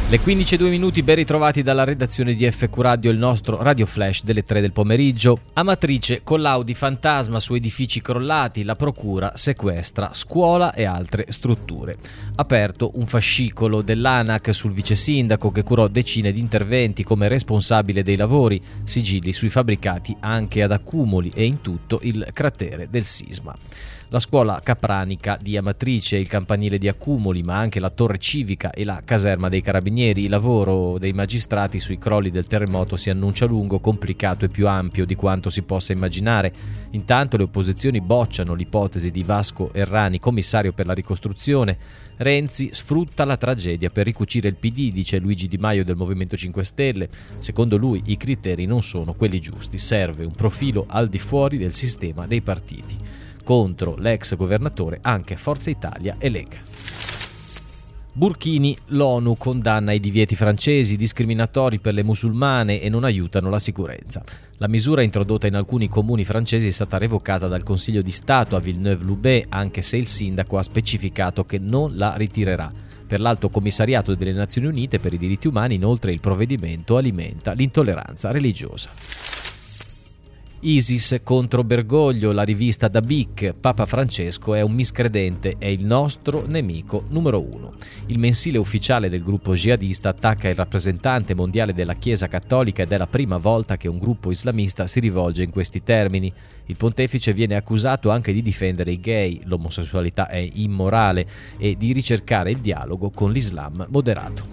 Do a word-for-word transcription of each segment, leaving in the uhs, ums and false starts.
Le quindici e due minuti, ben ritrovati dalla redazione di F Q Radio, il nostro radio flash delle tre del pomeriggio. Amatrice, collauti fantasma su edifici crollati, la procura sequestra scuola e altre strutture. Aperto un fascicolo dell'ANAC sul vice sindaco che curò decine di interventi come responsabile dei lavori, sigilli sui fabbricati anche ad Accumoli e in tutto il cratere del sisma. La scuola capranica di Amatrice, il campanile di Accumoli, ma anche la torre civica e la caserma dei carabinieri. Il lavoro dei magistrati sui crolli del terremoto si annuncia lungo, complicato e più ampio di quanto si possa immaginare. Intanto le opposizioni bocciano l'ipotesi di Vasco Errani, commissario per la ricostruzione. Renzi sfrutta la tragedia per ricucire il P D, dice Luigi Di Maio del Movimento cinque Stelle. Secondo lui i criteri non sono quelli giusti, serve un profilo al di fuori del sistema dei partiti. Contro l'ex governatore anche Forza Italia e Lega. Burkini, l'ONU condanna i divieti francesi discriminatori per le musulmane e non aiutano la sicurezza. La misura introdotta in alcuni comuni francesi è stata revocata dal Consiglio di Stato a Villeneuve-Loubet, anche se il sindaco ha specificato che non la ritirerà. Per l'Alto Commissariato delle Nazioni Unite per i diritti umani, inoltre, il provvedimento alimenta l'intolleranza religiosa. ISIS contro Bergoglio, la rivista da Bic, Papa Francesco è un miscredente, è il nostro nemico numero uno. Il mensile ufficiale del gruppo jihadista attacca il rappresentante mondiale della Chiesa Cattolica ed è la prima volta che un gruppo islamista si rivolge in questi termini. Il pontefice viene accusato anche di difendere i gay, l'omosessualità è immorale, e di ricercare il dialogo con l'Islam moderato.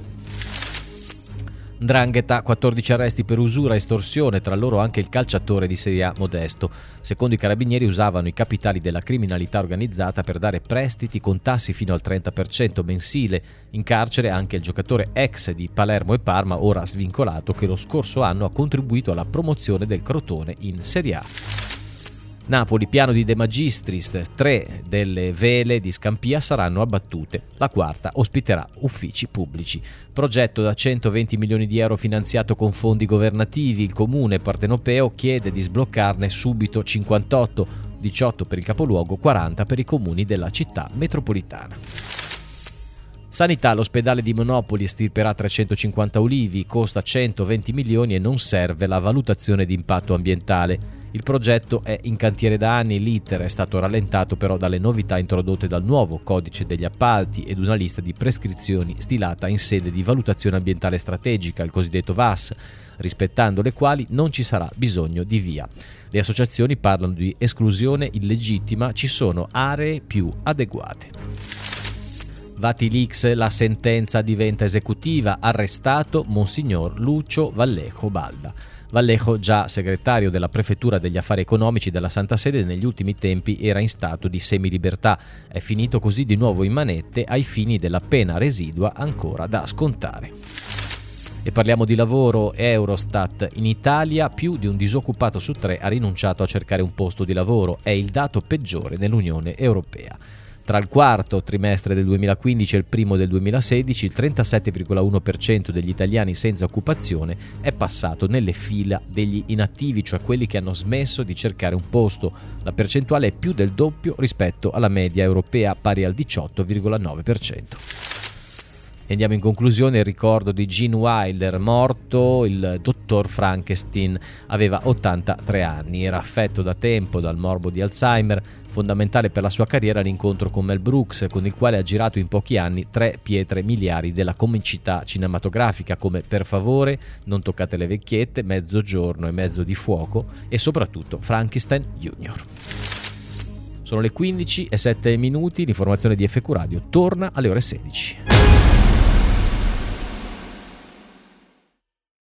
'Ndrangheta, quattordici arresti per usura e estorsione, tra loro anche il calciatore di Serie A Modesto. Secondo i carabinieri usavano i capitali della criminalità organizzata per dare prestiti con tassi fino al trenta per cento mensile. In carcere anche il giocatore ex di Palermo e Parma, ora svincolato, che lo scorso anno ha contribuito alla promozione del Crotone in Serie A. Napoli, piano di De Magistris, tre delle vele di Scampia saranno abbattute, la quarta ospiterà uffici pubblici. Progetto da centoventi milioni di euro finanziato con fondi governativi, il comune partenopeo chiede di sbloccarne subito cinquantotto, diciotto per il capoluogo, quaranta per i comuni della città metropolitana. Sanità, l'ospedale di Monopoli estirperà trecentocinquanta ulivi, costa centoventi milioni e non serve la valutazione di impatto ambientale. Il progetto è in cantiere da anni, l'iter è stato rallentato però dalle novità introdotte dal nuovo codice degli appalti ed una lista di prescrizioni stilata in sede di valutazione ambientale strategica, il cosiddetto V A S, rispettando le quali non ci sarà bisogno di via. Le associazioni parlano di esclusione illegittima, ci sono aree più adeguate. Vatilix, la sentenza diventa esecutiva, arrestato Monsignor Lucio Vallejo Balda. Vallejo, già segretario della Prefettura degli Affari Economici della Santa Sede, negli ultimi tempi era in stato di semilibertà. È finito così di nuovo in manette ai fini della pena residua ancora da scontare. E parliamo di lavoro. Eurostat, in Italia più di un disoccupato su tre ha rinunciato a cercare un posto di lavoro, è il dato peggiore nell'Unione Europea. Tra il quarto trimestre del duemilaquindici e il primo del duemilasedici, il trentasette virgola uno per cento degli italiani senza occupazione è passato nelle fila degli inattivi, cioè quelli che hanno smesso di cercare un posto. La percentuale è più del doppio rispetto alla media europea, pari al diciotto virgola nove per cento. E andiamo in conclusione. Il ricordo di Gene Wilder, morto il dottor Frankenstein, aveva ottantatré anni, era affetto da tempo dal morbo di Alzheimer. Fondamentale per la sua carriera l'incontro con Mel Brooks, con il quale ha girato in pochi anni tre pietre miliari della comicità cinematografica come Per favore, Non toccate le vecchiette, Mezzogiorno e mezzo di fuoco e soprattutto Frankenstein Junior Sono le quindici e sette minuti, l'informazione di F Q Radio torna alle ore sedici.